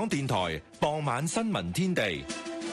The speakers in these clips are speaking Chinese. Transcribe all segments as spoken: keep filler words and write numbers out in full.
港電台傍晚新聞天地。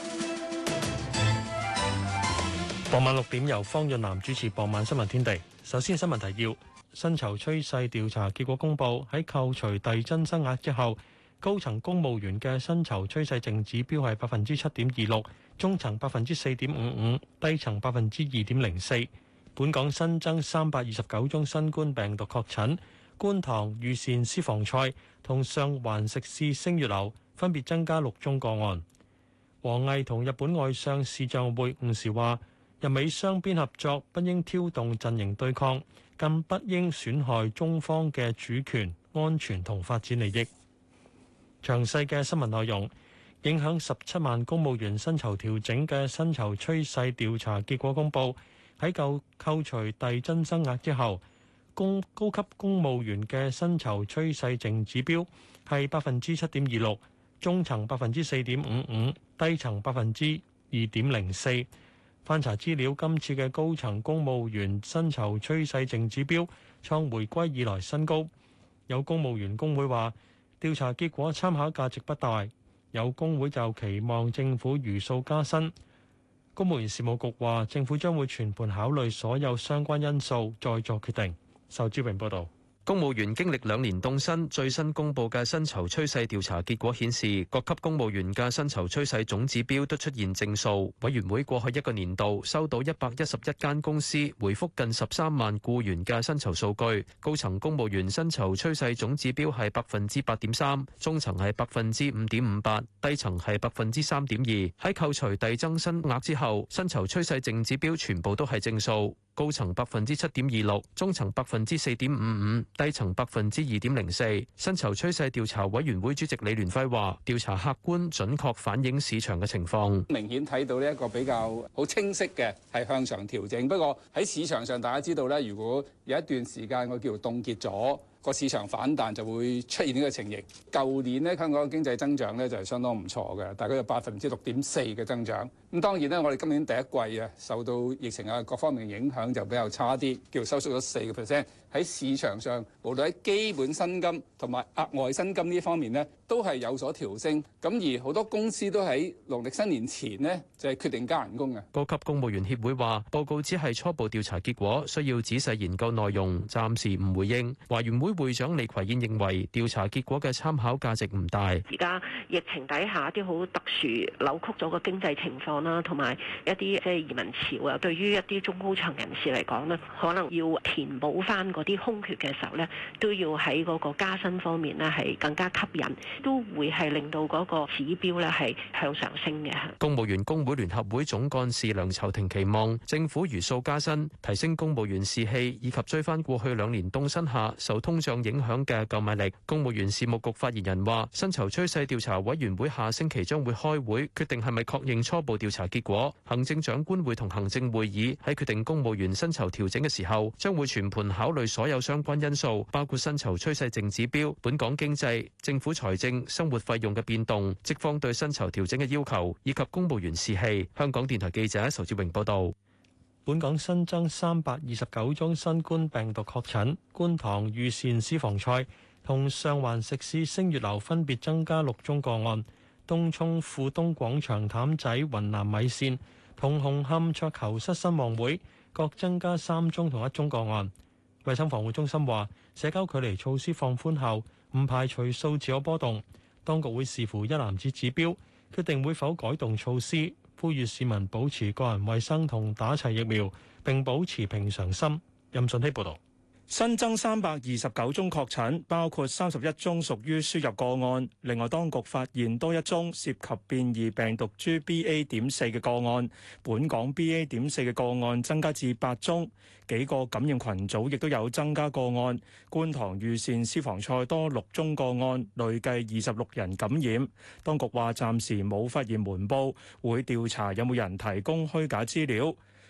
傍晚六點由方潤南主持傍晚新聞天地。首先新聞提要：薪酬趨勢調查結果公佈，喺扣除遞增薪額之後，高層公務員嘅薪酬趨勢淨指標係百分之七點二六，中層百分之四點五五，低層百分之二點零四。本港新增三百二十九宗新冠病毒確診，觀塘御膳私房菜同上環食肆星月樓分別增加六宗個案。王毅同日本外相視像會晤時話，日美雙邊合作不應挑動陣營對抗，更不應損害中方嘅主權、安全同發展利益。詳細嘅新聞內容，影響十七萬公務員薪酬調整嘅薪酬趨勢調查結果公佈，喺扣扣除遞增薪額之後，公高級公務員嘅薪酬趨勢淨指標係百分之七點二六，中層百分之四點五五，低層百分之二點零四。翻查資料，今次嘅高層公務員薪酬趨勢淨指標創回歸以來新高。有公務員工會話，調查結果參考價值不大。有工會就期望政府如數加薪。公務員事務局話，政府將會全盤考慮所有相關因素，再作決定。仇志榮報導。 公務員經歷兩年凍薪，最新公佈嘅薪酬趨勢調查結果顯示，各級公務員嘅薪酬趨勢總指標都出現正數。委員會過去一個年度收到一百一十一間公司回覆近十三萬僱員嘅薪酬數據，高層公務員薪酬趨勢總指標係百分之八點三，中層係百分之五點五八，低層係百分之三點二。喺扣除遞增薪額之後，薪酬趨勢淨指標全部都係正數，高層百分之七點二六，中層百分之四點五五。低層百分之二點零四。薪酬趨勢調查委員會主席李聯輝話：調查客觀準確反映市場嘅情況， 明顯睇到呢一個比較好清晰嘅係向上調整。不過喺市場上，大家知道咧，如果有一段時間我叫做凍結咗，個市場反彈就會出現呢個情形。舊年咧，香港嘅經濟增長咧就係相當唔錯嘅，大概有百分之六點四嘅增長。咁當然咧，我哋今年第一季啊，受到疫情啊各方面嘅影響就比較差啲，叫收縮咗四個 percent。喺市場上，無論喺基本薪金同埋額外薪金呢方面咧，都係有所調升。咁而好多公司都喺農曆新年前呢，就係決定加人工嘅。 高級公務員協會話：報告只係初步調查結果，需要仔細研究內容，暫時唔回應。華員會會長李葵燕認為調查結果嘅參考價值唔大。 而家疫情底下啲好特殊扭曲咗個經濟情況啦，同埋一啲即係移民潮啊，對於一啲中高層人士嚟講呢，可能要填補翻嗰啲空缺嘅時候呢，都要喺嗰個加薪方面呢係更加吸引，都會係令到嗰個指標呢係向上升嘅。 公務員工會聯合會總幹事梁籌庭期望政府如數加薪，提升公務員士氣，以及追翻過去兩年凍薪下受通脹影響嘅購買力。公務員事務局發言人話：薪酬趨勢調查委員會下星期將會開會，決定係咪確認初步調查結果。行政長官會同行政會議喺決定公務員薪酬調整嘅時候，將會全盤考慮所有相關因素，包括薪酬趨勢淨指標、本港經濟、政府財政、生活費用嘅變動、職方對薪酬調整嘅要求，以及公務員士氣。香港電台記者仇志榮報道。 本港新增三百二十九宗新冠病毒確診，觀塘御膳私房菜同上環食肆星月樓分別增加六宗個案。東涌富東廣場譚仔雲南米線同紅磡桌球室新旺會各增加三宗同一宗個案。衛生防護中心話，社交距離措施放寬後，唔排除數字有波動，當局會視乎一籃子指標，決定會否改動措施。呼籲市民保持個人衛生同打齊疫苗，並保持平常心。任順希報導。 新增三百二十九宗確診，包括三十一宗屬於輸入個案。另外，當局發現多一宗涉及變異病毒株 B A 點四嘅個案。本港 B A 點四嘅個案增加至八宗，幾個感染群組亦都有增加個案。觀塘御膳私房菜多六宗個案，累計二十六人感染。當局話暫時冇發現瞞報，會調查有冇人提供虛假資料。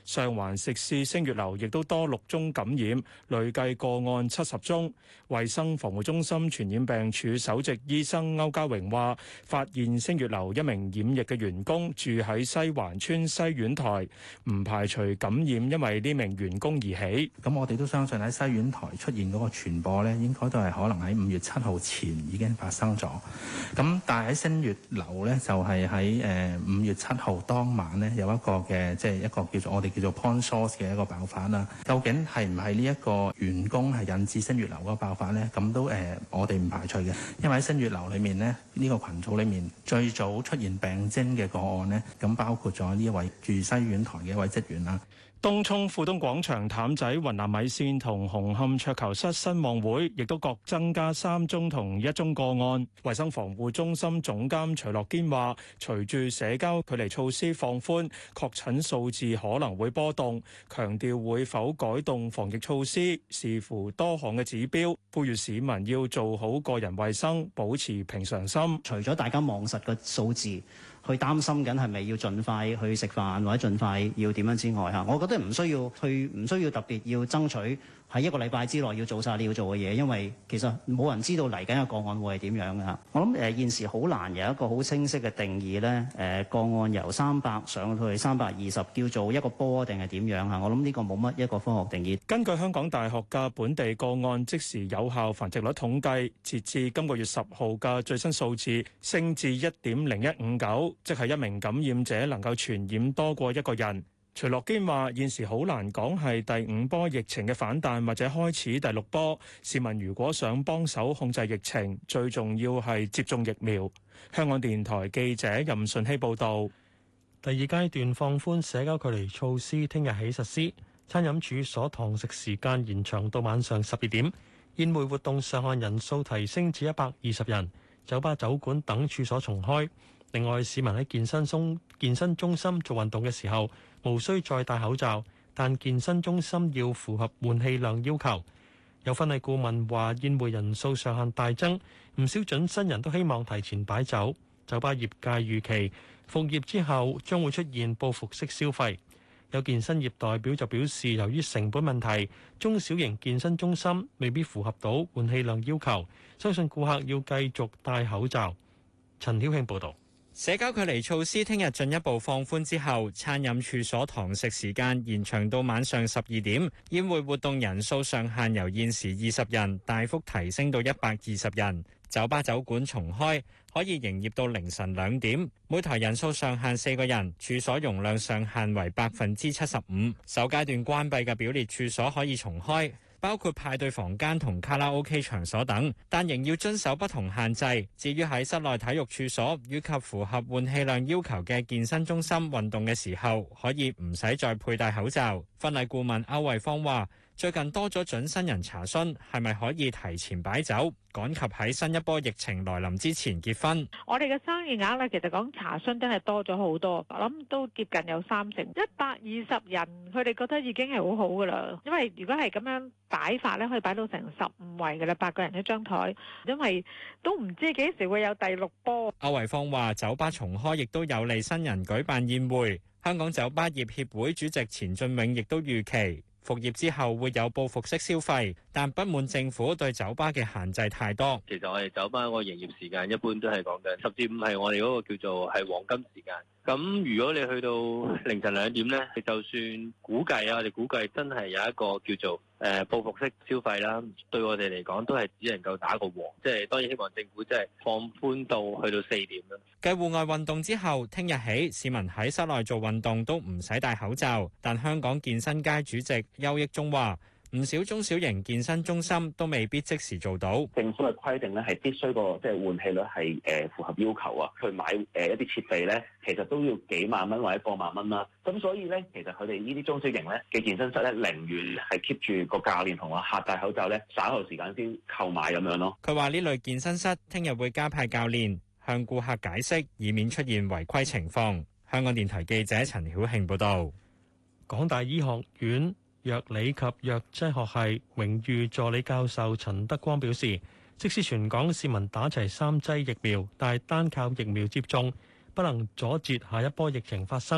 上環食肆星月樓亦都多六宗感染，累計個案七十宗。衛生防護中心傳染病處首席醫生歐家榮話，發現星月樓一名染疫嘅員工住喺西環村西苑台，唔排除感染因為呢名員工而起。 咁我哋都相信喺西苑台出現嗰個傳播咧，應該都係可能喺五月七號前已經發生咗。咁但係喺星月樓咧，就係喺誒五月七號當晚咧，有一個嘅即係一個叫做我哋叫做 point source 嘅一個爆發啦。究竟係唔係呢一個員工係引致星月樓嗰個爆發咧？咁都誒、呃、我哋唔排除嘅，因為喺星月樓裏面咧，呢、這個群組裏面最早出現病徵嘅個案咧，咁包括咗呢一位住西苑台嘅一位職員啦。 東涌富東廣場譚仔雲南米線同紅磡桌球室新旺會亦都各增加三宗同一宗個案。衛生防護中心總監徐樂堅話，隨住社交距離措施放寬，確診數字可能會波動，強調會否改動防疫措施，視乎多項嘅指標，呼籲市民要做好個人衛生，保持平常心。 除咗大家望實個數字，去擔心緊係咪要盡快去食飯或者盡快要點樣之外嚇，我覺得唔需要去，唔需要特別要爭取喺一個禮拜之內要做晒你要做嘅嘢，因為其實冇人知道嚟緊嘅個案會係點樣嘅嚇。我諗誒現時好難有一個好清晰嘅定義咧，誒個案由三百上去三百二十叫做一個波定係點樣嚇？我諗呢個冇乜一個科學定義。 根據香港大學嘅本地個案即時有效繁殖率統計，截至今個月十號嘅最新數字升至一點零一五九，即係一名感染者能夠傳染多過一個人。徐樂堅話：現時好難講係第五波疫情嘅反彈，或者開始第六波。市民如果想幫手控制疫情，最重要係接種疫苗。香港電台記者任順希報導。 第二階段放寬社交距離措施，聽日起實施。餐飲處所堂食時間延長到晚上十二點，宴會活動上限人數提升至一百二十人。酒吧、酒館等處所重開。另外，市民喺健身中健身中心做運動嘅時候，無需再戴口罩，但健身中心要符合換氣量要求。有婚禮顧問話，宴會人數上限大增，唔少準新人都希望提前擺酒。酒吧業界預期復業之後將會出現報復式消費。有健身業代表就表示，由於成本問題，中小型健身中心未必符合到換氣量要求，相信顧客要繼續戴口罩。陳曉慶報導。 社交距離措施聽日進一步放寬之後，餐飲處所堂食時間延長到晚上十二點，宴會活動人數上限由現時二十人大幅提升到一百二十人。酒吧酒館重開，可以營業到凌晨兩點，每台人數上限四個人，處所容量上限為百分之七十五。首階段關閉嘅表列處所可以重開，包括派對房間同卡拉 OK 場所等，但仍要遵守不同限制。至於喺室內體育處所以及符合換氣量要求嘅健身中心運動嘅時候，可以唔使再佩戴口罩。婚禮顧問歐惠芳話：最近多咗準新人查詢，係咪可以提前擺酒，趕及喺新一波疫情來臨之前結婚。 我哋嘅生意額咧，其實講查詢真係多咗好多，我諗都接近有三成，一百二十人，佢哋覺得已經係好好噶啦。因為如果係咁樣擺法咧，可以擺到成十五圍噶啦，八個人一張台，因為都唔知幾時會有第六波。 歐惠芳話：酒吧重開亦都有利新人舉辦宴會。香港酒吧業協會主席錢俊永亦都預期復業之後會有報復式消費，但不滿政府對酒吧嘅限制太多。 其實我哋酒吧個營業時間一般都係講緊十至五係我哋嗰個叫做係黃金時間。咁如果你去到凌晨兩點咧，就算估計啊，我哋估計真係有一個叫做誒報復式消費啦。對我哋嚟講都係只能夠打個和，即係當然希望政府即係放寬到去到四點啦。 繼戶外運動之後，聽日起市民喺室內做運動都唔使戴口罩，但香港健身界主席邱益忠話：唔少中小型健身中心都未必即時做到。 政府嘅規定咧係必須個即係換氣率係誒符合要求啊，去買誒一啲設備咧，其實都要幾萬蚊或者過萬蚊啦。咁所以咧，其實佢哋呢啲中小型咧嘅健身室咧，寧願係 keep 住個教練同個客戴口罩咧，稍後時間先購買咁樣咯。 佢話呢類健身室聽日會加派教練向顧客解釋，以免出現違規情況。香港電台記者陳曉慶報導。 港大醫學院藥理及藥劑學系榮譽助理教授陳德光表示，即使全港市民打齊三劑疫苗，但係單靠疫苗接種不能阻截下一波疫情發生。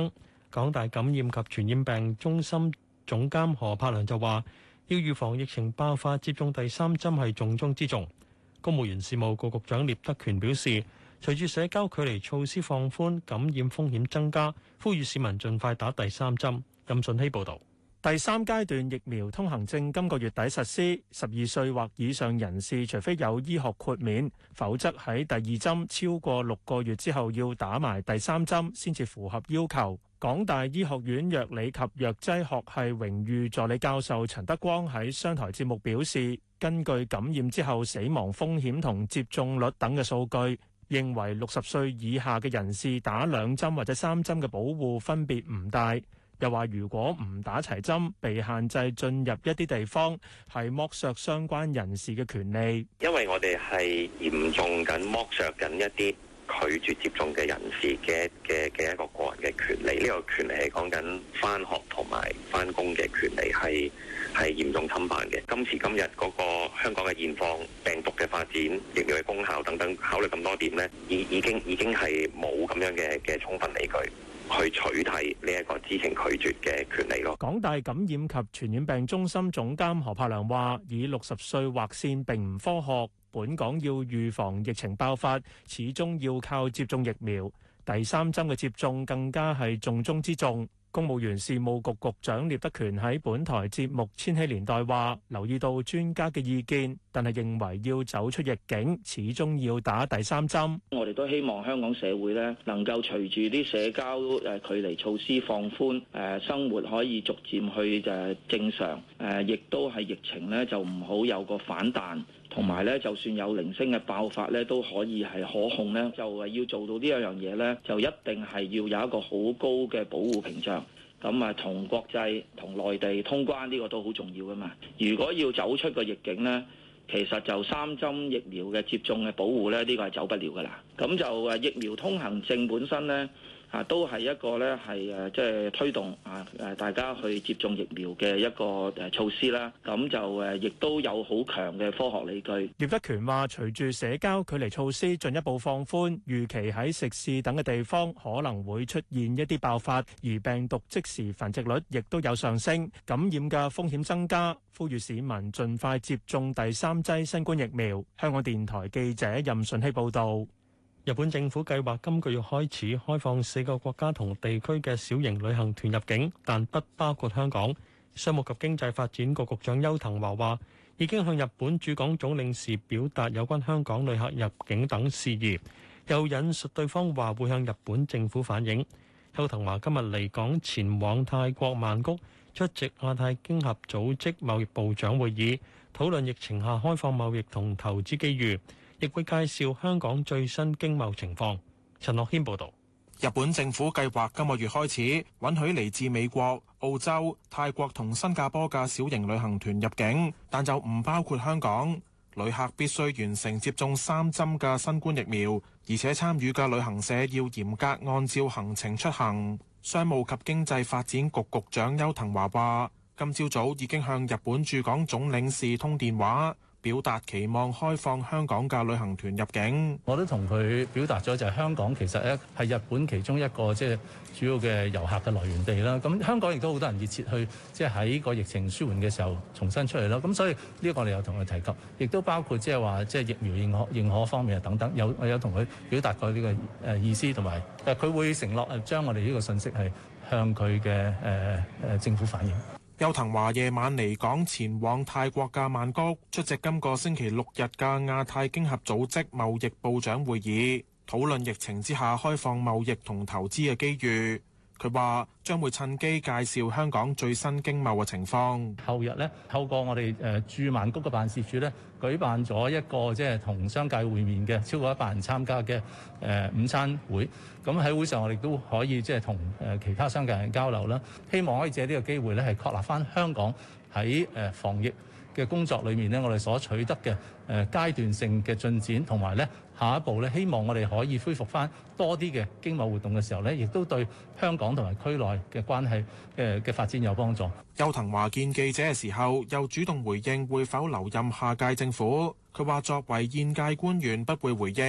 港大感染及傳染病中心總監何柏良就話，要預防疫情爆發，接種第三針係重中之重。公務員事務局局長聶德權表示，隨住社交距離措施放寬，感染風險增加，呼籲市民盡快打第三針。任順希報導。 第三階段疫苗通行證今個月底實施，十二歲或以上人士除非有醫學豁免，否則喺第二針超過六個月之後要打埋第三針先至符合要求。港大醫學院藥理及藥劑學系榮譽助理教授陳德光喺商台節目表示，根據感染之後死亡風險同接種率等嘅數據，認為六十歲以下嘅人士打兩針或者三針嘅保護分別唔大。又話如果唔打齊針，被限制進入一啲地方，係剝削相關人士嘅權利。 因為我哋係嚴重緊剝削緊一啲拒絕接種嘅人士嘅嘅嘅一個個人嘅權利。呢個權利係講緊返學同埋返工嘅權利，係係嚴重侵犯嘅。今時今日嗰個香港嘅現況、病毒嘅發展、疫苗嘅功效等等，考慮咁多點咧，已已經已經係冇咁樣嘅嘅充分理據去取締呢一個知情拒絕嘅權利咯。 港大感染及傳染病中心總監何柏良話，以六十歲劃線並唔科學，本港要預防疫情爆發，始終要靠接種疫苗。第三針嘅接種更加係重中之重。公務員事務局局長聶德權喺本台節目《千禧年代》話，留意到專家嘅意見，但係認為要走出逆境，始終要打第三針。 我哋都希望香港社會咧，能夠隨住啲社交誒距離措施放寬，誒生活可以逐漸去誒正常，誒亦都係疫情咧就唔好有個反彈。同埋咧，就算有零星嘅爆發咧，都可以係可控咧。就係要做到呢一樣嘢咧，就一定係要有一個好高嘅保護屏障。咁啊，同國際、同內地通關呢個都好重要噶嘛。如果要走出個逆境咧，其實就三針疫苗嘅接種嘅保護咧，呢個係走不了噶啦。咁就誒疫苗通行證本身咧。啊，都係一個咧，係誒，即係推動啊誒，大家去接種疫苗嘅一個誒措施啦。咁就誒，亦都有好強嘅科學理據。 聶德權話，隨住社交距離措施進一步放寬，預期喺食肆等嘅地方可能會出現一啲爆發，而病毒即時繁殖率亦都有上升，感染嘅風險增加。呼籲市民盡快接種第三劑新冠疫苗。香港電台記者任順希報導。 日本政府計劃今個月開始開放四個國家同地區嘅小型旅行團入境，但不包括香港。商務及經濟發展局局長邱騰華話，已經向日本駐港總領事表達有關香港旅客入境等事宜，又引述對方話會向日本政府反映。邱騰華今日離港前往泰國曼谷出席亞太經合組織貿易部長會議，討論疫情下開放貿易同投資機遇。亦會介紹香港最新經貿情況。陳樂軒報導。 日本政府計劃今個月開始允許嚟自美國、澳洲、泰國同新加坡嘅小型旅行團入境，但就唔包括香港。旅客必須完成接種三針嘅新冠疫苗，而且參與嘅旅行社要嚴格按照行程出行。商務及經濟發展局局長邱騰華話，今朝早已經向日本駐港總領事通電話，表達期望開放香港嘅旅行團入境。 我都同佢表達咗，就係香港其實咧係日本其中一個即係主要嘅遊客嘅來源地啦。咁香港亦都好多人熱切去即係喺個疫情舒緩嘅時候重新出嚟啦。咁所以呢個我哋有同佢提及，亦都包括即係話即係疫苗認可認可方面啊等等，有我有同佢表達過呢個誒意思，同埋誒佢會承諾誒將我哋呢個信息係向佢嘅誒誒政府反映。 邱騰華夜晚離港前往泰國嘅曼谷出席今個星期六日嘅亞太經合組織貿易部長會議，討論疫情之下開放貿易同投資嘅機遇。佢話將會趁機介紹香港最新經貿嘅情況。 後日咧，透過我哋誒駐曼谷嘅辦事處咧，舉辦咗一個即係同商界會面嘅超過一百人參加嘅誒午餐會。咁喺會上我哋都可以即係同誒其他商界人交流啦。希望可以借呢個機會咧，係確立翻香港喺誒防疫嘅工作裏面咧，我哋所取得嘅誒階段性嘅進展，同埋咧下一步咧，希望我哋可以恢復翻多啲嘅經貿活動嘅時候咧，亦都對香港同埋區內嘅關係嘅嘅發展有幫助。 邱騰華見記者嘅時候，又主動回應會否留任下屆政府。佢話作為現屆官員不會回應。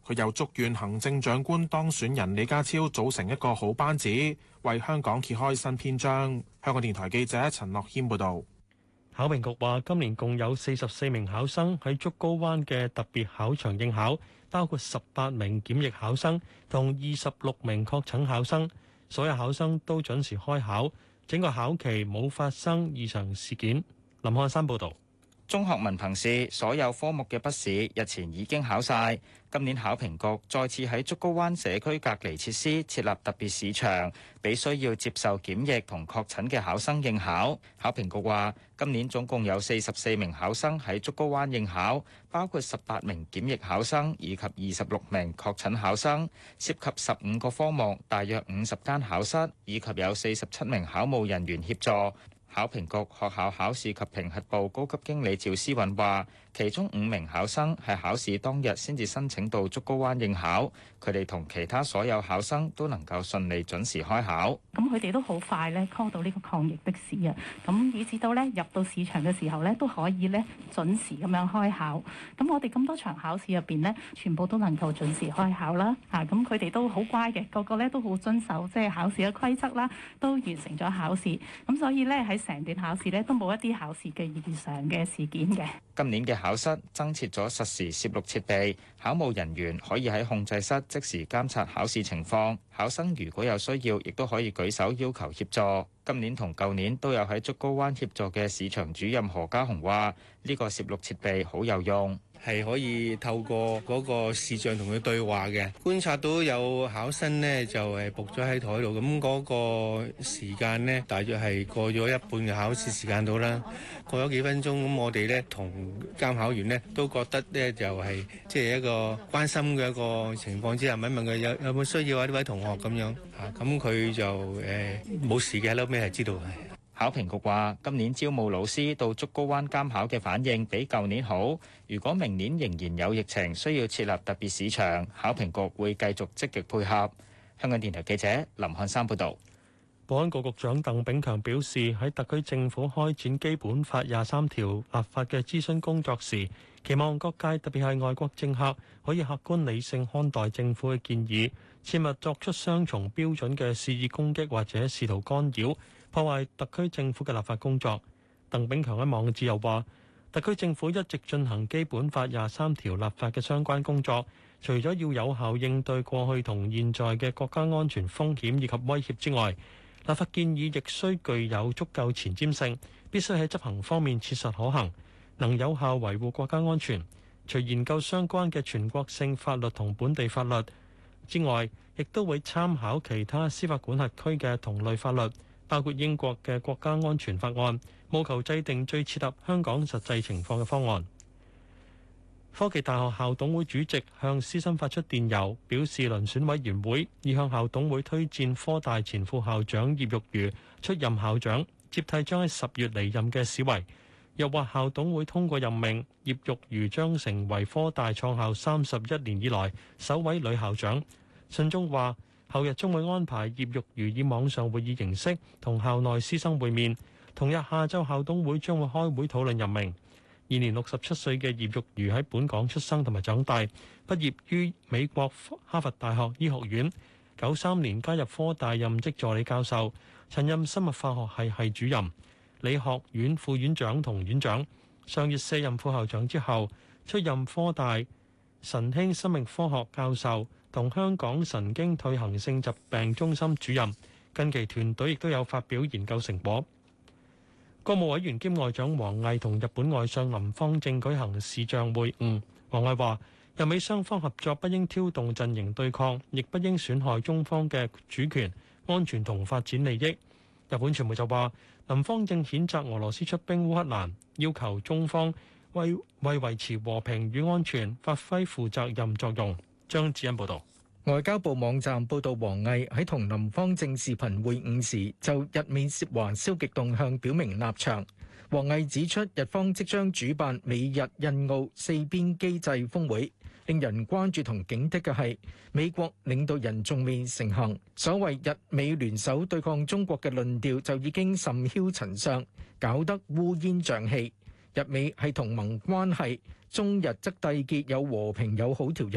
佢又祝願行政長官當選人李家超組成一個好班子，為香港揭開新篇章。香港電台記者陳樂軒報導。 考評局話，今年共有四十四名考生喺竹篙灣嘅特別考場應考，包括十八名檢疫考生同二十六名確診考生。所有考生都準時開考，整個考期冇發生異常事件。林漢山報導。 中學文憑試所有科目嘅筆試日前已經考晒，今年考評局再次喺竹篙灣社區隔離設施設立特別試場，俾需要接受檢疫同確診嘅考生應考。考評局話，今年總共有四十四名考生喺竹篙灣應考，包括十八名檢疫考生以及二十六名確診考生，涉及十五個科目，大約五十間考室，以及有四十七名考務人員協助。考評局學校考試及評核部高級經理趙思韻話，其中五名考生係考試當日先至申請到竹篙灣應考，佢哋同其他所有考生都能夠順利準時開考。 咁佢哋都好快咧 call 到呢個抗疫的士啊，咁以至到咧入到試場嘅時候咧都可以咧準時咁樣開考。咁我哋咁多場考試入邊咧，全部都能夠準時開考啦。啊，咁佢哋都好乖嘅，個個咧都好遵守即係考試嘅規則啦，都完成咗考試。咁所以咧喺成段考試咧都冇一啲考試嘅異常嘅事件嘅。 今年嘅考室增設咗實時攝錄設備，考務人員可以喺控制室即時監察考試情況。考生如果有需要，亦都可以舉手要求協助。今年同舊年都有喺竹篙灣協助嘅市場主任何家雄話：呢個攝錄設備好有用。 係可以透過嗰個視像同佢對話嘅，觀察到有考生呢就係伏咗喺台度，咁嗰個時間呢，大約係過咗一半嘅考試時間到啦，過咗幾分鐘，咁我哋呢同監考員呢都覺得呢就係即係一個關心嘅一個情況之下，問一問佢有有冇需要啊呢位同學咁樣嚇，咁佢就誒冇事嘅，後尾係知道係。 考評局話，今年招募老師到竹篙灣監考嘅反應比舊年好。如果明年仍然有疫情，需要設立特別試場，考評局會繼續積極配合。香港電台記者林漢山報導。 保安局局長鄧炳強表示，喺特區政府開展基本法廿三條立法嘅諮詢工作時，期望各界特別係外國政客可以客觀理性看待政府嘅建議，切勿作出雙重標準嘅肆意攻擊或者試圖干擾破壞特區政府嘅立法工作。鄧炳強喺網誌又話，特區政府一直進行基本法廿三條立法嘅相關工作，除咗要有效應對過去同現在嘅國家安全風險以及威脅之外，立法建議亦需具有足夠前瞻性，必須喺執行方面切實可行，能有效維護國家安全。除研究相關嘅全國性法律同本地法律之外，亦都會參考其他司法管轄區嘅同類法律，包括英國嘅國家安全法案，務求制定最切合香港實際情況嘅方案。科技大學校董會主席向師生發出電郵，表示遴選委員會已向校董會推薦科大前副校長葉玉如出任校長，接替將喺十月離任嘅史維。又話校董會通過任命，葉玉如將成為科大創校三十一年以來首位女校長。信中話，後日將會安排葉玉如以網上會議形式同校內師生會面。同日下晝校董會將會開會討論任命。現年六十七歲嘅葉玉如喺本港出生同埋長大，畢業於美國哈佛大學醫學院，九三年加入科大任職助理教授，曾任生物化學系系主任、理學院副院長同院長。上月卸任副校長之後，出任科大神興生命科學教授同香港神經退行性疾病中心主任。近期團隊亦都有發表研究成果。國務委員兼外長王毅同日本外相林芳正舉行視像會晤。王毅話：日美雙方合作不應挑動陣營對抗，亦不應損害中方嘅主權、安全同發展利益。日本傳媒就話，林芳正譴責俄羅斯出兵烏克蘭，要求中方為為維持和平與安全發揮負責任作用。張子欣報導。 外交部網站報道，王毅喺同林芳正視頻會晤時，就日美涉華消極動向表明立場。王毅指出，日方即將主辦美日印澳四邊機制峰會，令人關注同警惕嘅係，美國領導人仲未成行，所謂日美聯手對抗中國嘅論調就已經甚囂塵上，搞得烏煙瘴氣。日美係同盟關係，中日則締結有和平友好條約。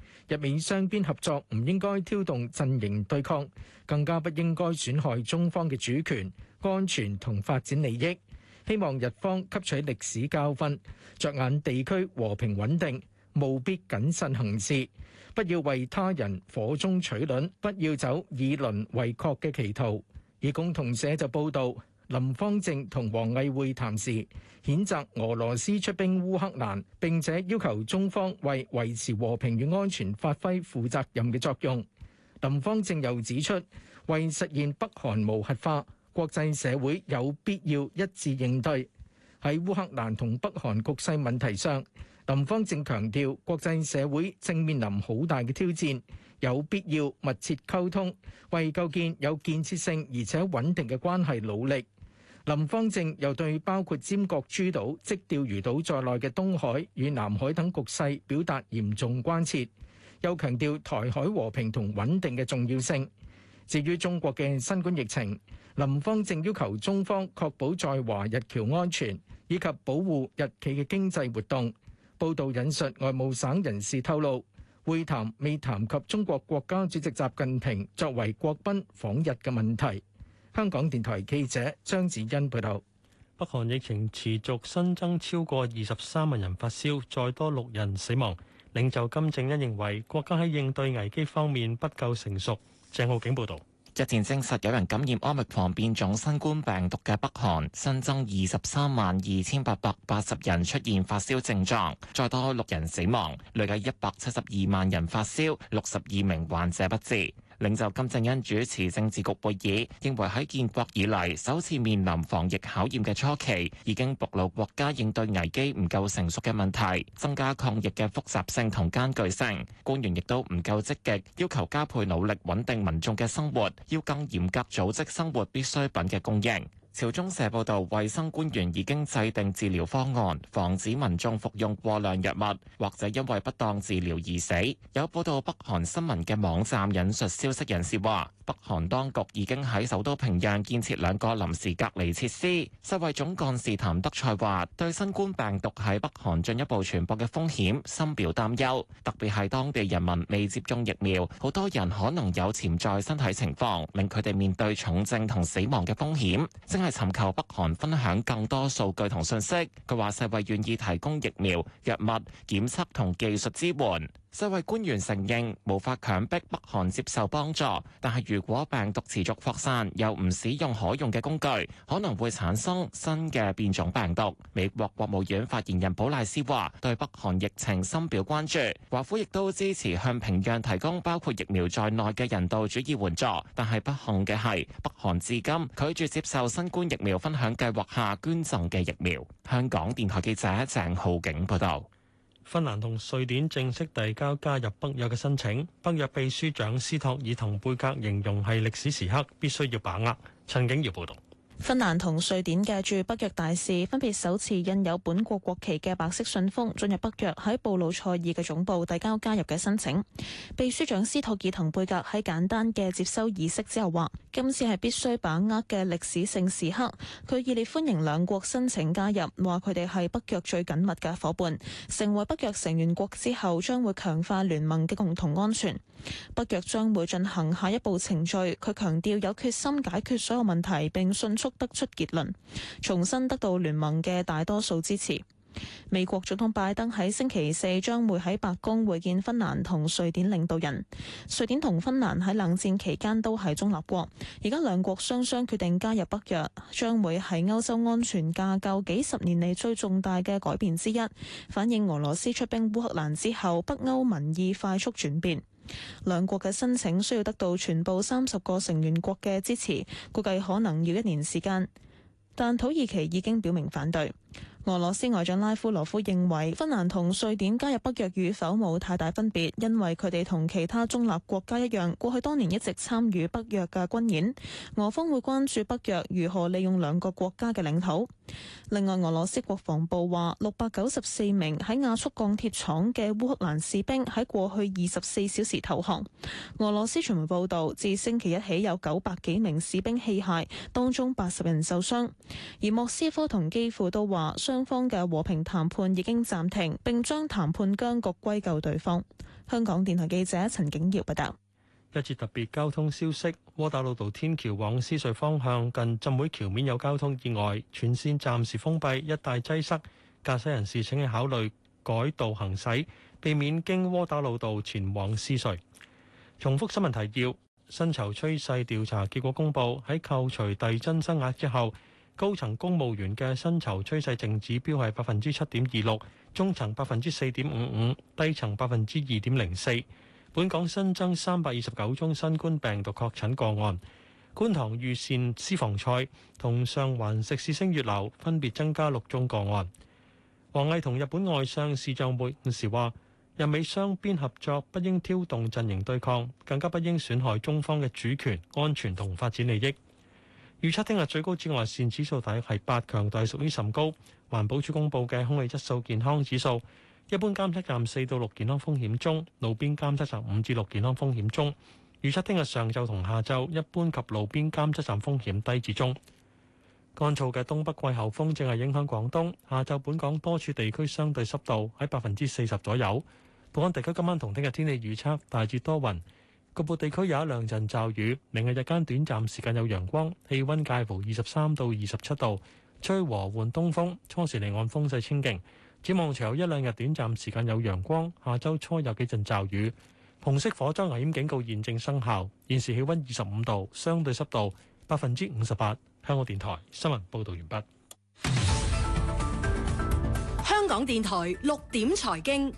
日美雙邊合作唔應該挑動陣營對抗，更加不應該損害中方嘅主權、安全同發展利益。希望日方吸取歷史教訓，着眼地區和平穩定，務必謹慎行事，不要為他人火中取卵，不要走以鄰為壑嘅歧途。而共同社就報導，林芳正同王毅會談時，譴責俄羅斯出兵烏克蘭，並且要求中方為維持和平與安全發揮負責任嘅作用。林芳正又指出，為實現北韓無核化，國際社會有必要一致應對。喺烏克蘭同北韓局勢問題上，林芳正強調，國際社會正面臨好大嘅挑戰，有必要密切溝通，為構建有建設性而且穩定嘅關係努力。林芳正又對包括尖閣諸島、即釣魚島在內嘅東海與南海等局勢表達嚴重關切，又強調台海和平同穩定嘅重要性。至於中國嘅新冠疫情，林芳正要求中方確保在華日僑安全，以及保護日企嘅經濟活動。報道引述外務省人士透露，會談未談及中國國家主席習近平作為國賓訪日嘅問題。香港電台記者張子欣報道。 北韓疫情持續，新增超過二十三萬人發燒，再多六人死亡。領袖金正恩認為國家喺應對危機方面不夠成熟。鄭浩景報導。 日前證實有人感染奧密克戎變種新冠病毒嘅北韓，新增二十三萬二千八百八十人出現發燒症狀，再多六人死亡，累計一百七十二萬人發燒，六十二名患者不治。領袖金正恩主持政治局會議，認為喺建國以嚟首次面臨防疫考驗嘅初期，已經暴露國家應對危機唔夠成熟嘅問題，增加抗疫嘅複雜性同艱巨性。官員亦都唔夠積極，要求加倍努力穩定民眾嘅生活，要更嚴格組織生活必需品嘅供應。朝中社報道，衛生官員已經制定治療方案，防止民眾服用過量藥物，或者因為不當治療而死。有報道北韓新聞嘅網站引述消息人士話，北韓當局已經喺首都平壤建設兩個臨時隔離設施。世衛總幹事譚德塞話，對新冠病毒喺北韓進一步傳播嘅風險深表擔憂，特別係當地人民未接種疫苗，好多人可能有潛在身體情況，令佢哋面對重症同死亡嘅風險。正係尋求北韓分享更多數據同信息。佢話世衛願意提供疫苗、藥物、檢測同技術支援。世衛官員承認無法強迫北韓接受幫助，但係如果病毒持續擴散，又唔使用可用嘅工具，可能會產生新嘅變種病毒。美國國務院發言人寶賴斯話，對北韓疫情深表關注，華府亦都支持向平壤提供包括疫苗在內嘅人道主義援助。但係不幸嘅係，北韓至今拒絕接受新冠疫苗分享計劃下捐贈嘅疫苗。香港電台記者鄭浩景報道。 芬蘭同瑞典正式遞交加入北約嘅申請，北約秘書長斯托爾滕貝格形容係歷史時刻，必須要把握。陳景堯報道。 芬蘭同瑞典嘅駐北約大使分別手持印有本國國旗嘅白色信封進入北約喺布魯塞爾嘅總部遞交加入嘅申請。秘書長斯托爾滕貝格喺簡單嘅接收儀式之後話：今次係必須把握嘅歷史性時刻。佢熱烈歡迎兩國申請加入，話佢哋係北約最緊密嘅夥伴，成為北約成員國之後將會強化聯盟嘅共同安全。北約將會進行下一步程序，佢強調有決心解決所有問題並迅速得出結論，重新得到聯盟嘅大多數支持。美國總統拜登喺星期四將會喺白宮會見芬蘭同瑞典領導人。瑞典同芬蘭喺冷戰期間都係中立國，而家兩國雙雙決定加入北約，將會係歐洲安全架構幾十年嚟最重大嘅改變之一，反映俄羅斯出兵烏克蘭之後，北歐民意快速轉變。兩國嘅申請需要得到全部三十個成員國嘅支持，估計可能要一年時間，但土耳其已經表明反對。俄羅斯外長拉夫羅夫認為芬蘭同瑞典加入北約與否冇太大分別，因為佢哋同其他中立國家一樣，過去多年一直參與北約嘅軍演。俄方會關注北約如何利用兩個國家嘅領土。另外，俄羅斯國防部話，六百九十四名喺亞速鋼鐵廠嘅烏克蘭士兵喺過去二十四小時投降。俄羅斯傳媒報道，自星期一起有九百幾名士兵棄械，當中八十人受傷。而莫斯科同基輔都話，雙方嘅和平談判已經暫停，並將談判僵局歸咎對方。 香港電台記者陳景瑤報道。 一節特別交通消息：窩打老道天橋往獅隧方向近浸會橋面有交通意外，全線暫時封閉，一帶擠塞。駕駛人士請考慮改道行駛，避免經窩打老道前往獅隧。重複新聞提要：薪酬趨勢調查結果公佈，喺扣除遞增薪額之後，高層公務員嘅薪酬趨勢淨指標係百分之七點二六，中層百分之四點五五，低層百分之二點零四。本港新增三百二十九宗新冠病毒確診個案。觀塘裕善私房菜同上環食肆星月樓分別增加六宗個案。王毅同日本外相視像會晤時話，日美雙邊合作不應挑動陣營對抗，更加不應損害中方嘅主權、安全同發展利益。預測聽日最高紫外線指數大約係八，強度屬於甚高。環保署公佈嘅空氣質素健康指數，一般監測站四到六健康風險中，路邊監測站五至六健康風險中。預測聽日上晝同下晝一般及路邊監測站風險低至中。乾燥嘅東北季候風正係影響廣東，下晝本港多處地區相對濕度喺百分之四十左右。本港地區今晚同聽日天氣預測大致多雲，局部地區有一兩陣驟雨。明日日間短暫時間有陽光，氣温介乎二十三到二十七度，吹和緩東風，初時離岸風勢清勁。展望隨後一兩日短暫時間有陽光，下週初有幾陣驟雨。紅色火災危險警告現正生效。現時氣温二十五度，相對濕度百分之五十八。香港電台新聞報導完畢。 香港電台六點財經，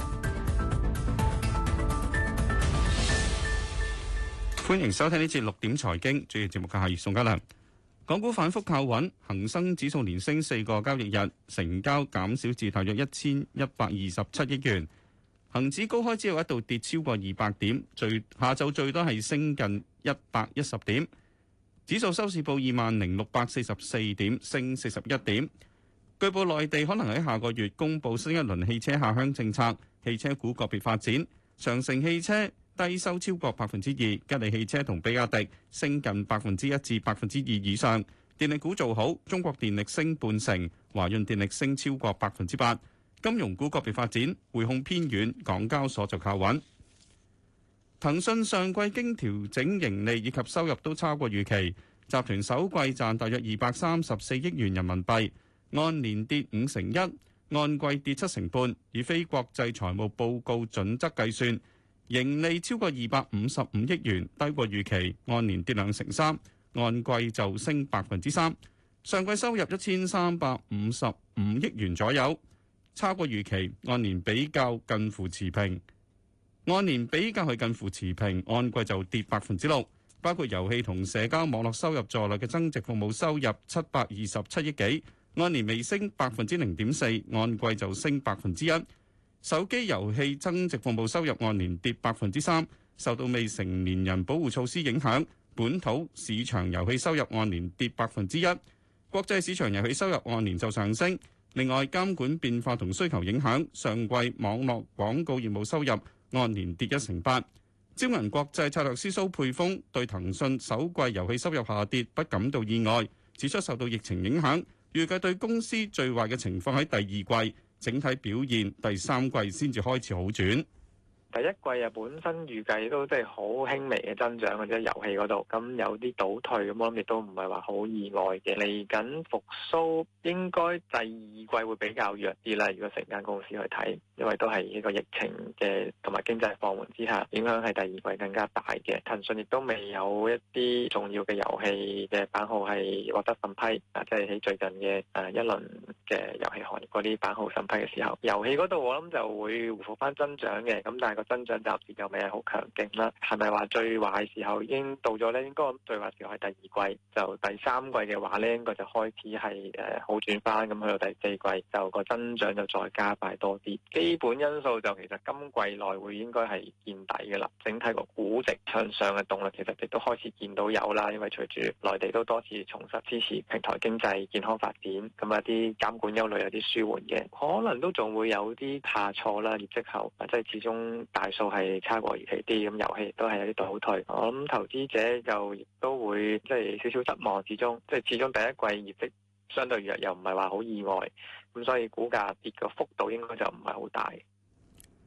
歡迎收聽呢節六點財經。主持節目嘅係宋家良。港股反覆靠穩，恒生指數連升四個交易日，成交減少至大約一千一百二十七億元。恒指高開之後一度跌超過二百點，最下晝最多係升近一百一十點。指數收市報二萬零六百四十四點，升四十一點。據報內地可能喺下個月公布新一輪汽車下鄉政策，汽車股個別發展。長城汽車低收超過百分之二，吉利汽車同比亞迪升近百分之一至百分之二以上。電力股做好，中國電力升半成，華潤電力升超過百分之八。金融股個別發展，匯控偏軟，港交所就靠穩。騰訊上季經調整盈利以及收入都超過預期，集團首季賺大約二百三十四億元人民幣，按年跌五成一，按季跌七成半，以非國際財務報告準則計算，盈利超過二百五十五億元，低過預期，按年跌兩成三，按季就升百分之三。上季收入一千三百五十五億元左右，差過預期，按年比較近乎持平。按年比較係近乎持平，按季就跌百分之六。包括遊戲同社交網絡收入在內嘅增值服務收入七百二十七億幾，按年微升百分之零點四，按季就升百分之一。手機遊戲增值服務收入按年跌百分之三，受到未成年人保護措施影響，本土市場遊戲收入按年跌百分之一，國際市場遊戲收入按年就上升。另外，監管變化同需求影響，上季網絡廣告業務收入按年跌一成八。招銀國際策略師蘇佩峰對騰訊首季遊戲收入下跌不感到意外，指出受到疫情影響，預計對公司最壞嘅情況喺第二季，整體表現第三季先至開始好轉。 第一季啊，本身預計都即係好輕微嘅增長嘅啫，遊戲嗰度咁有啲倒退，咁我諗亦都唔係話好意外嘅。嚟緊復甦應該第二季會比較弱啲啦。如果成間公司去睇，因為都係呢個疫情嘅同埋經濟放緩之下，影響係第二季更加大嘅。騰訊亦都未有一啲重要嘅遊戲嘅版號係獲得審批啊，即係喺最近嘅誒一輪嘅遊戲行業嗰啲版號審批嘅時候，遊戲嗰度我諗就會回復翻增長嘅。咁但係個增長暫時又未係好強勁啦。係咪話最壞時候已經到咗呢？應該最壞時候係第二季，就第三季嘅話呢，應該就開始係誒好轉翻。咁去到第四季就個增長就再加快多啲。基本因素就其實今季內會應該係見底嘅啦。整體個估值向上嘅動力其實亦都開始見到有啦。因為隨住內地都多次重拾支持平台經濟健康發展，咁啊啲監管憂慮有啲舒緩嘅，可能都仲會有啲下挫啦。業績後即係始終大數係差過預期啲，咁遊戲亦都係有啲倒退。我諗投資者就亦都會即係少少失望，始終即係始終第一季業績相對弱，又唔係話好意外，咁所以股價跌嘅幅度應該就唔係好大。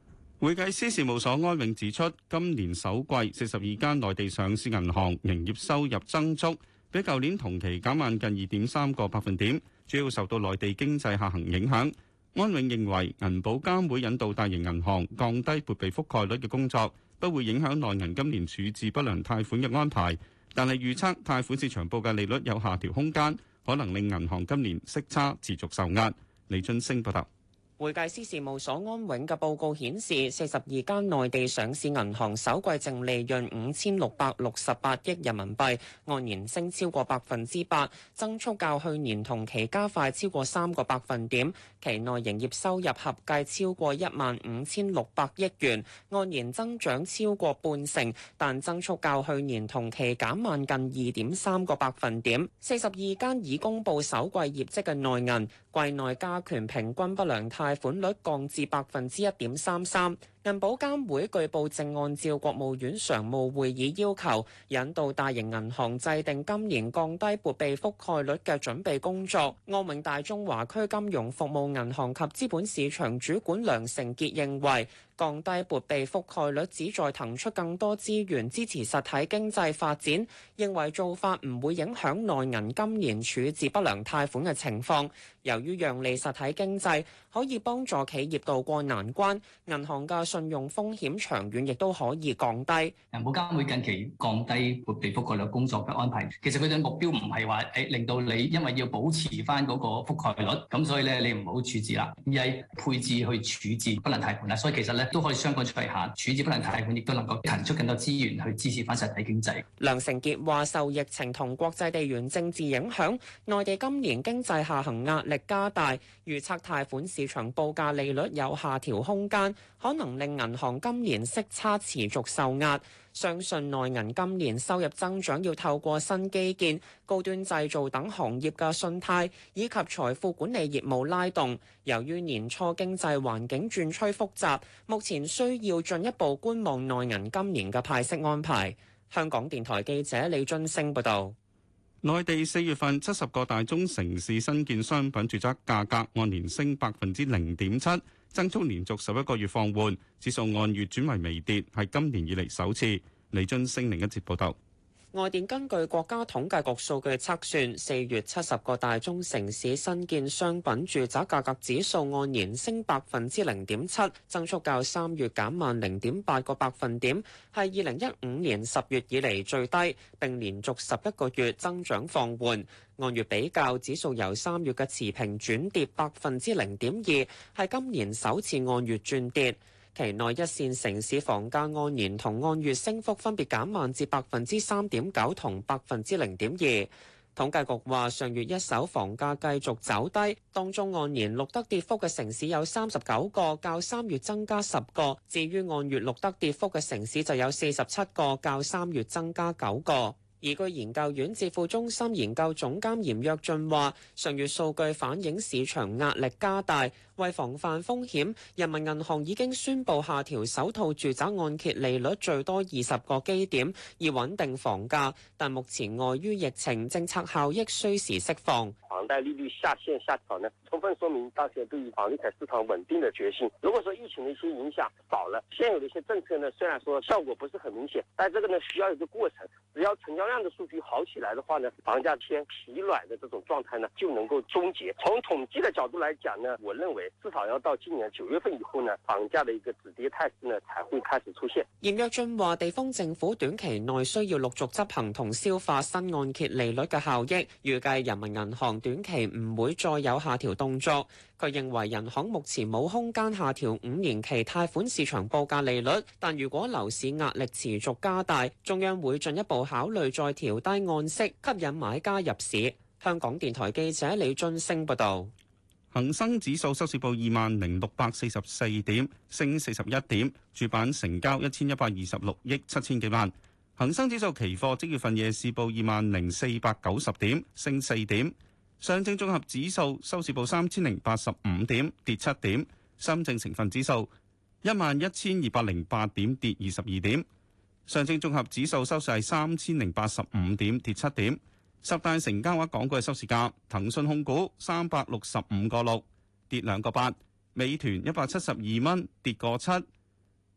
會計師事務所安永指出，今年首季四十二間內地上市銀行營業收入增速比舊年同期減慢近二點三個百分點，主要受到內地經濟下行影響。安永認為，銀保監會引導大型銀行降低撥備覆蓋率嘅工作，不會影響內銀今年處置不良貸款嘅安排，但係預測貸款市場報價利率有下調空間，可能令銀行今年息差持續受壓。李俊升報道。 會計師事務所安永嘅報告顯示，四十二間內地上市銀行首季淨利潤五千六百六十八億人民幣，按年升超過百分之八，增速較去年同期加快超過三個百分點。期內營業收入合計超過一萬五千六百億元，按年增長超過半成，但增速較去年同期減慢近二點三個百分點。四十二間已公佈首季業績嘅內銀，季內加權平均不良貸款率降至百分之一點三三。銀保監會據報正按照國務院常務會議要求，引導大型銀行制定今年降低撥備覆蓋率嘅準備工作。安永大中華區金融服務銀行及資本市場主管梁成傑認為，降低撥備覆蓋率旨在騰出更多資源支持實體經濟發展，認為做法唔會影響內銀今年處置不良貸款嘅情況。由於讓利實體經濟可以幫助企業渡過難關，銀行嘅信用風險長遠亦都可以降低。 銀保監會近期降低撥備覆蓋率工作嘅安排，其實佢嘅目標唔係話誒令到你因為要保持翻嗰個覆蓋率，咁所以咧你唔好處置啦，而係配置去處置不良貸款啦。所以其實咧都可以相關隨下處置不良貸款，亦都能夠騰出更多資源去支持翻實體經濟。 梁成傑話：受疫情同國際地緣政治影響，內地今年經濟下行壓力加大，預測貸款市場報價利率有下調空間，可能令銀行今年息差持續受壓。相信內銀今年收入增長要透過新基建、高端製造等行業嘅信貸以及財富管理業務拉動。由於年初經濟環境轉趨複雜，目前需要進一步觀望內銀今年嘅派息安排。香港電台記者李津升報導。 內地四月份七十個大中城市新建商品住宅價格按年升百分之零點七，增速連續十一個月放緩，指數按月轉為微跌，係今年以嚟首次。李津升另一節報導。 外電根據國家統計局數據測算，四月七十個大中城市新建商品住宅價格指數按年升百分之零點七，增速較三月減慢零點八個百分點，係二零一五年十月以嚟最低，並連續十一個月增長放緩。按月比較，指數由三月嘅持平轉跌百分之零點二，係今年首次按月轉跌。期內一線城市房價按年同按月升幅分別減慢至百分之三點九同百分之零點二。統計局話，上月一手房價繼續走低，當中按年錄得跌幅嘅城市有三十九個，較三月增加十個；至於按月錄得跌幅嘅城市就有四十七個，較三月增加九個。而據研究院智庫中心研究總監嚴躍進話，上月數據反映市場壓力加大，為防範風險，人民銀行已經宣布下調首套住宅按揭利率最多二十個基點，以穩定房價。但目前礙於疫情，政策效益需時釋放。 房貸利率下限下調呢，充分說明當前對於房地產市場穩定的決心。如果說疫情的一些影響少了，現有的一些政策呢，雖然說效果不是很明顯，但這個呢需要一個過程。只要成交量的數據好起來的話呢，房價偏疲軟的這種狀態呢就能夠終結。從統計的角度來講呢，我認為至少要到今年九月份以後呢，房價的一個止跌態勢呢才會開始出現。 嚴躍進話，地方政府短期內需要陸續執行同消化新按揭利率嘅效益，預計人民銀行短期唔會再有下調動作。佢認為人行目前冇空間下調五年期貸款市場報價利率，但如果樓市壓力持續加大，中央會進一步考慮再調低按息，吸引買家入市。香港電台記者李津升報導。 恒生指數收市報二萬零六百四十四點，升四十一點，主板成交一千一百二十六億七千幾萬。恒生指數期貨即月份夜市報二萬零四百九十點，升四點。上證綜合指數收市報三千零八十五點，跌七點。深證成分指數一萬一千二百零八點，跌二十二點。上證綜合指數收市係三千零八十五點，跌七點。十大成交額港股嘅收市價：騰訊控股三百六十五個六，跌兩個八；美團一百七十二蚊，跌個七；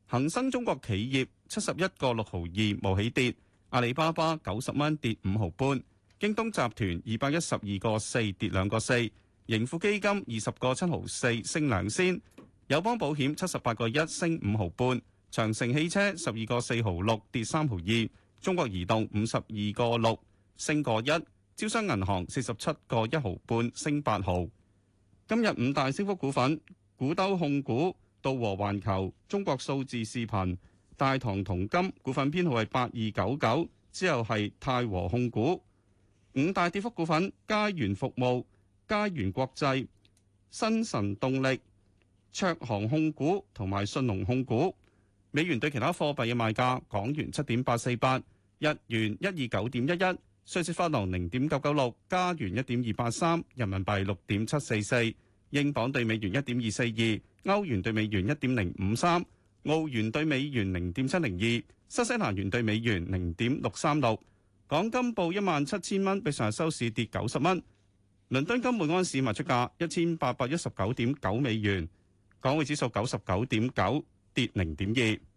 恒生中國企業七十一個六毫二冇起跌，阿里巴巴九十蚊跌五毫半，京東集團二百一十二個四跌兩個四，盈富基金二十個七毫四升兩仙，友邦保險七十八個一升五毫半，長城汽車十二個四毫六跌三毫二，中國移動五十二個六升個一，招商銀行四十七個一毫半升八毫。今日五大升幅股份：古兜控股、道和環球、中國數字視頻、大唐銅金股份編號係八二九九，之後係泰和控股。五大跌幅股份：佳源服務、佳源國際、新神動力、卓航控股同埋信隆控股。美元對其他貨幣嘅賣價：港元七點八四八，日元一二九點一一，瑞士法郎零點九九六，加元一點二八三，人民幣六點七四四，英鎊對美元一點二四二，歐元對美元一點零五三，澳元對美元零點七零二，新西蘭元對美元零點六三六。港金報一萬七千蚊，比上日收市跌九十蚊。倫敦金每安士賣出價一千八百一十九點九美元，港匯指數九十九點九，跌零點二。